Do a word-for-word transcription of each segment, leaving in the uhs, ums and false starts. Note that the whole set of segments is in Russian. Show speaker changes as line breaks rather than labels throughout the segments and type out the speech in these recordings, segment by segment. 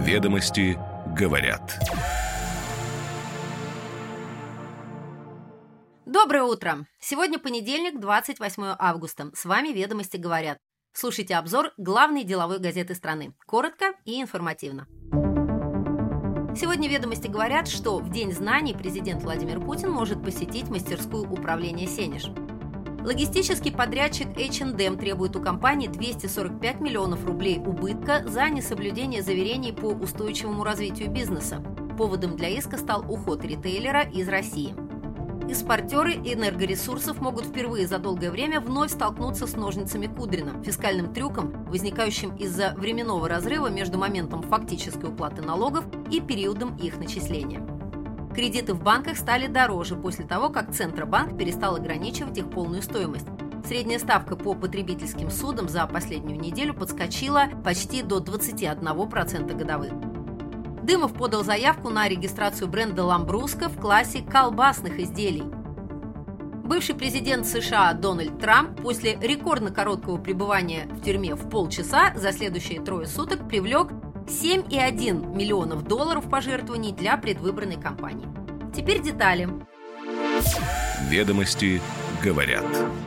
Ведомости говорят.
Доброе утро! Сегодня понедельник, двадцать восьмое августа. С вами «Ведомости говорят». Слушайте обзор главной деловой газеты страны. Коротко и информативно. Сегодня «Ведомости говорят», что в День знаний президент Владимир Путин может посетить мастерскую управления «Сенеж». Логистический подрядчик эйч энд эм требует у компании двести сорок пять миллионов рублей убытка за несоблюдение заверений по устойчивому развитию бизнеса. Поводом для иска стал уход ритейлера из России. Экспортеры энергоресурсов могут впервые за долгое время вновь столкнуться с ножницами Кудрина, фискальным трюком, возникающим из-за временного разрыва между моментом фактической уплаты налогов и периодом их начисления. Кредиты в банках стали дороже после того, как Центробанк перестал ограничивать их полную стоимость. Средняя ставка по потребительским судам за последнюю неделю подскочила почти до двадцати одного процента годовых. Дымов подал заявку на регистрацию бренда «Ламбруско» в классе колбасных изделий. Бывший президент США Дональд Трамп после рекордно короткого пребывания в тюрьме в полчаса за следующие трое суток привлек семь и одна десятая миллионов долларов пожертвований для предвыборной кампании. Теперь детали.
Ведомости говорят.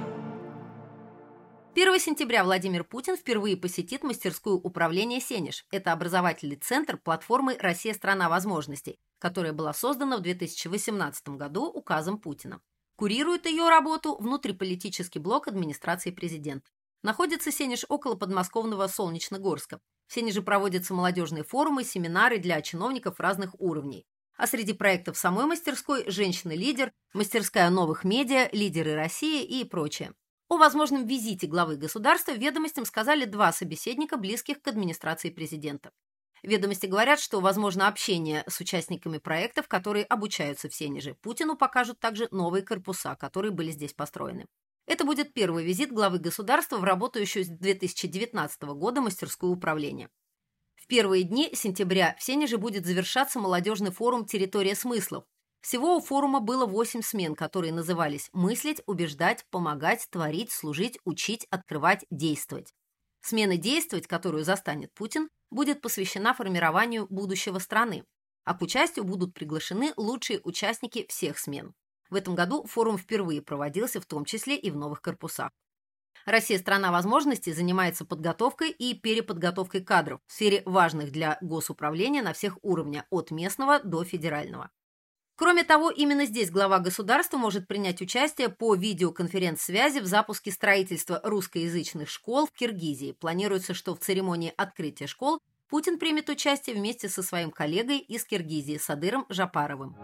первого сентября Владимир Путин впервые посетит мастерскую управления «Сенеж». Это образовательный центр платформы «Россия – страна возможностей», которая была создана в две тысячи восемнадцатом году указом Путина. Курирует ее работу внутриполитический блок администрации президента. Находится «Сенеж» около подмосковного Солнечногорска. В «Сенеже» проводятся молодежные форумы, семинары для чиновников разных уровней. А среди проектов самой мастерской «Женщины-лидер», мастерская новых медиа, лидеры России и прочее. О возможном визите главы государства «Ведомостям» сказали два собеседника, близких к администрации президента. «Ведомости» говорят, что возможно общение с участниками проектов, которые обучаются в «Сенеже». Путину покажут также новые корпуса, которые были здесь построены. Это будет первый визит главы государства в работающую с две тысячи девятнадцатого года мастерскую управления. В первые дни сентября в «Сенеже» будет завершаться молодежный форум «Территория смыслов». Всего у форума было восемь смен, которые назывались «Мыслить, убеждать, помогать, творить, служить, учить, открывать, действовать». Смена «Действовать», которую застанет Путин, будет посвящена формированию будущего страны, а к участию будут приглашены лучшие участники всех смен. В этом году форум впервые проводился в том числе и в новых корпусах. Россия – страна возможностей занимается подготовкой и переподготовкой кадров в сфере важных для госуправления на всех уровнях, от местного до федерального. Кроме того, именно здесь глава государства может принять участие по видеоконференц-связи в запуске строительства русскоязычных школ в Киргизии. Планируется, что в церемонии открытия школ Путин примет участие вместе со своим коллегой из Киргизии Садыром Жапаровым.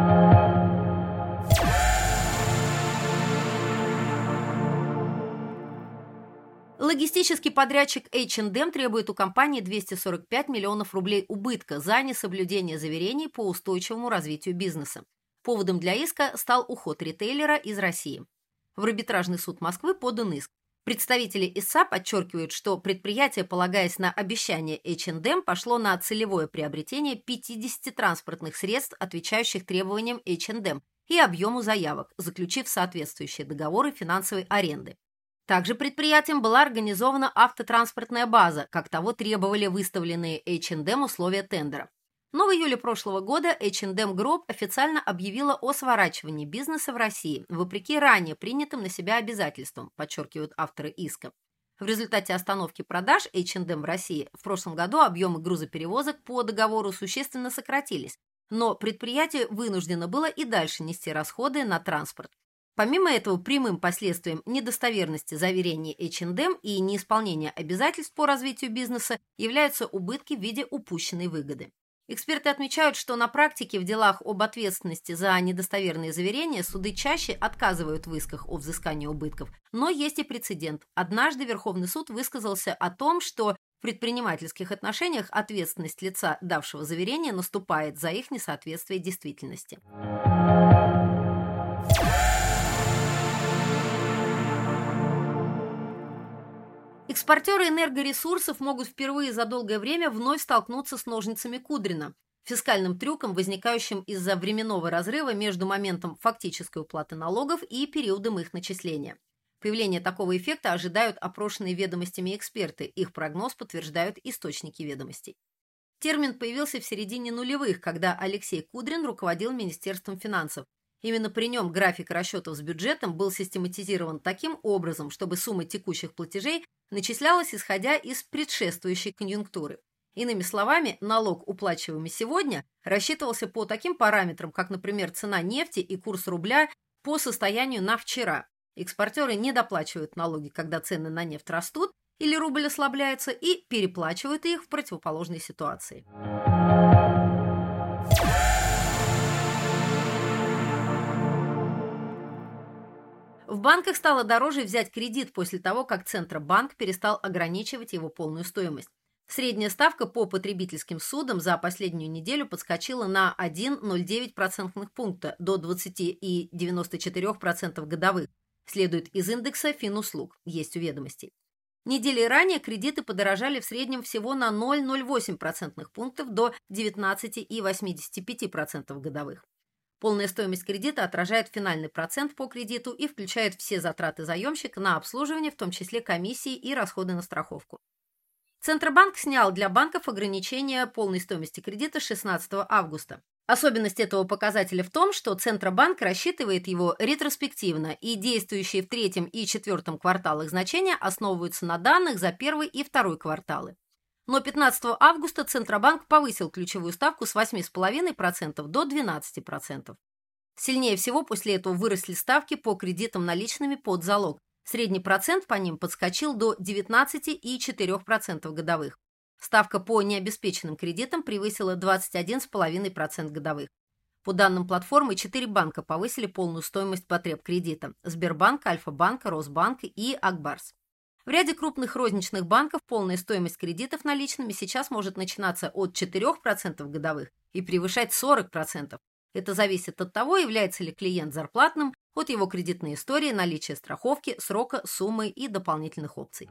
Логистический подрядчик эйч энд эм требует у компании двести сорок пять миллионов рублей убытка за несоблюдение заверений по устойчивому развитию бизнеса. Поводом для иска стал уход ритейлера из России. В арбитражный суд Москвы подан иск. Представители ИСА подчеркивают, что предприятие, полагаясь на обещание эйч энд эм, пошло на целевое приобретение пятидесяти транспортных средств, отвечающих требованиям эйч энд эм, и объему заявок, заключив соответствующие договоры финансовой аренды. Также предприятием была организована автотранспортная база, как того требовали выставленные эйч энд эм условия тендера. Но в июле прошлого года эйч энд эм Group официально объявила о сворачивании бизнеса в России, вопреки ранее принятым на себя обязательствам, подчеркивают авторы иска. В результате остановки продаж эйч энд эм в России в прошлом году объемы грузоперевозок по договору существенно сократились, но предприятие вынуждено было и дальше нести расходы на транспорт. Помимо этого, прямым последствием недостоверности заверений эйч энд эм и неисполнения обязательств по развитию бизнеса являются убытки в виде упущенной выгоды. Эксперты отмечают, что на практике в делах об ответственности за недостоверные заверения суды чаще отказывают в исках о взыскании убытков, но есть и прецедент. Однажды Верховный суд высказался о том, что в предпринимательских отношениях ответственность лица, давшего заверение, наступает за их несоответствие действительности. Экспортеры энергоресурсов могут впервые за долгое время вновь столкнуться с ножницами Кудрина, фискальным трюком, возникающим из-за временного разрыва между моментом фактической уплаты налогов и периодом их начисления. Появление такого эффекта ожидают опрошенные ведомостями эксперты, их прогноз подтверждают источники ведомостей. Термин появился в середине нулевых, когда Алексей Кудрин руководил Министерством финансов. Именно при нем график расчетов с бюджетом был систематизирован таким образом, чтобы сумма текущих платежей начислялась исходя из предшествующей конъюнктуры. Иными словами, налог, уплачиваемый сегодня, рассчитывался по таким параметрам, как, например, цена нефти и курс рубля по состоянию на вчера. Экспортеры не доплачивают налоги, когда цены на нефть растут или рубль ослабляется, и переплачивают их в противоположной ситуации. В банках стало дороже взять кредит после того, как Центробанк перестал ограничивать его полную стоимость. Средняя ставка по потребительским судам за последнюю неделю подскочила на один целых ноль девять процентных пункта до двадцать целых девяносто четыре сотых процента годовых, следует из индекса Финуслуг, есть у ведомостей. Недели ранее кредиты подорожали в среднем всего на ноль целых ноль восемь сотых процентных пунктов до девятнадцать целых восемьдесят пять процентов годовых. Полная стоимость кредита отражает финальный процент по кредиту и включает все затраты заемщика на обслуживание, в том числе комиссии и расходы на страховку. Центробанк снял для банков ограничение полной стоимости кредита с шестнадцатого августа. Особенность этого показателя в том, что Центробанк рассчитывает его ретроспективно, и действующие в третьем и четвертом кварталах значения основываются на данных за первый и второй кварталы. Но пятнадцатого августа Центробанк повысил ключевую ставку с восьми целых пяти десятых процента до двенадцати процентов. Сильнее всего после этого выросли ставки по кредитам наличными под залог. Средний процент по ним подскочил до девятнадцати целых четырёх десятых процента годовых. Ставка по необеспеченным кредитам превысила двадцать один целых пять десятых процента годовых. По данным платформы, четыре банка повысили полную стоимость потреб кредита: Сбербанк, Альфа-банк, Росбанк и Акбарс. В ряде крупных розничных банков полная стоимость кредитов наличными сейчас может начинаться от четырёх процентов годовых и превышать сорок процентов. Это зависит от того, является ли клиент зарплатным, от его кредитной истории, наличия страховки, срока, суммы и дополнительных опций.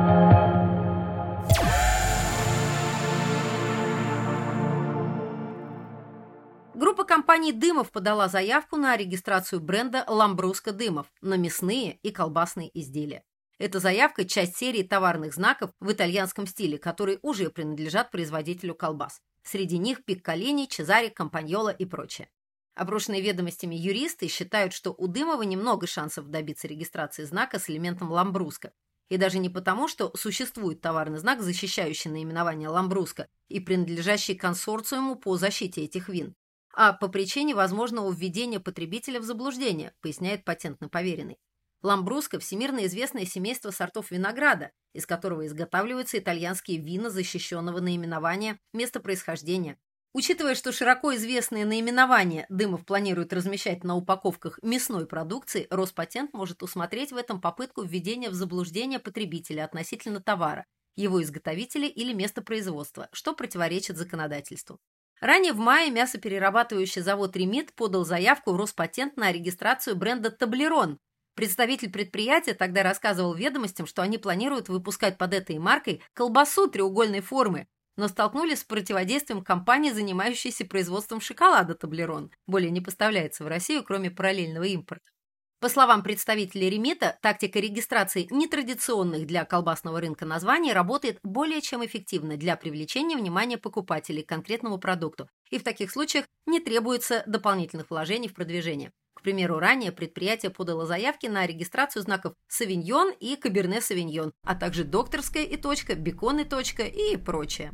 Группа компаний «Дымов» подала заявку на регистрацию бренда «Ламбруско Дымов» на мясные и колбасные изделия. Эта заявка – часть серии товарных знаков в итальянском стиле, которые уже принадлежат производителю колбас. Среди них Пикколини, Чезаре, Кампаньола и прочее. Опрошенные ведомостями юристы считают, что у Дымова немного шансов добиться регистрации знака с элементом ламбруско. И даже не потому, что существует товарный знак, защищающий наименование ламбруско и принадлежащий консорциуму по защите этих вин, а по причине возможного введения потребителя в заблуждение, поясняет патентно поверенный. Ламбруско – всемирно известное семейство сортов винограда, из которого изготавливаются итальянские вина защищенного наименования, места происхождения. Учитывая, что широко известные наименования Дымов планирует размещать на упаковках мясной продукции, Роспатент может усмотреть в этом попытку введения в заблуждение потребителя относительно товара, его изготовителя или места производства, что противоречит законодательству. Ранее в мае мясоперерабатывающий завод «Ремит» подал заявку в Роспатент на регистрацию бренда «Таблерон». Представитель предприятия тогда рассказывал ведомостям, что они планируют выпускать под этой маркой колбасу треугольной формы, но столкнулись с противодействием компании, занимающейся производством шоколада «Таблерон». Более не поставляется в Россию, кроме параллельного импорта. По словам представителей «Ремита», тактика регистрации нетрадиционных для колбасного рынка названий работает более чем эффективно для привлечения внимания покупателей к конкретному продукту, и в таких случаях не требуется дополнительных вложений в продвижение. К примеру, ранее предприятие подало заявки на регистрацию знаков «Савиньон» и «Каберне Савиньон», а также «Докторская» и точка, «Бекон» и точка и прочее.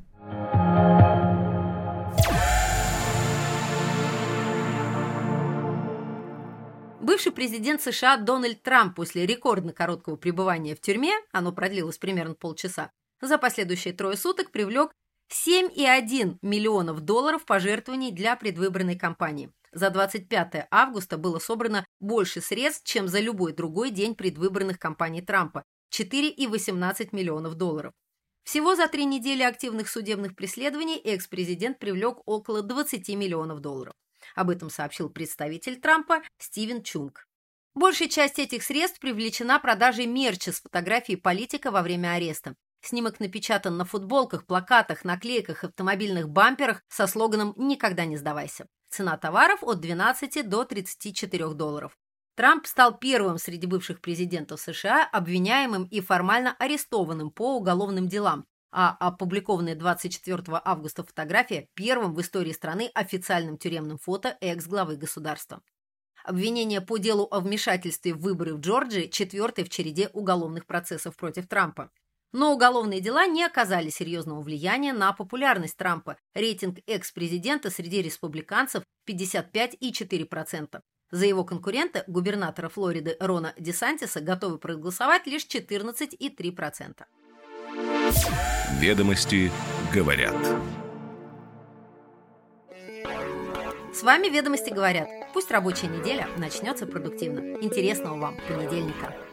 Бывший президент США Дональд Трамп после рекордно короткого пребывания в тюрьме, оно продлилось примерно полчаса, за последующие трое суток привлек семь целых одна десятая миллионов долларов пожертвований для предвыборной кампании. За двадцать пятое августа было собрано больше средств, чем за любой другой день предвыборных кампаний Трампа – четыре целых восемнадцать сотых миллионов долларов. Всего за три недели активных судебных преследований экс-президент привлек около двадцати миллионов долларов. Об этом сообщил представитель Трампа Стивен Чунг. Большая часть этих средств привлечена продажей мерча с фотографией политика во время ареста. Снимок напечатан на футболках, плакатах, наклейках, автомобильных бамперах со слоганом «Никогда не сдавайся». Цена товаров от двенадцати до тридцати четырёх долларов. Трамп стал первым среди бывших президентов США, обвиняемым и формально арестованным по уголовным делам. а опубликованная двадцать четвёртого августа фотография первым в истории страны официальным тюремным фото экс-главы государства. Обвинение по делу о вмешательстве в выборы в Джорджии четвертое в череде уголовных процессов против Трампа. Но уголовные дела не оказали серьезного влияния на популярность Трампа. Рейтинг экс-президента среди республиканцев пятьдесят пять и четыре десятых процента. За его конкурента, губернатора Флориды Рона Десантиса, готовы проголосовать лишь четырнадцать и три десятых процента.
Ведомости говорят.
С вами «Ведомости говорят». Пусть рабочая неделя начнется продуктивно. Интересного вам понедельника.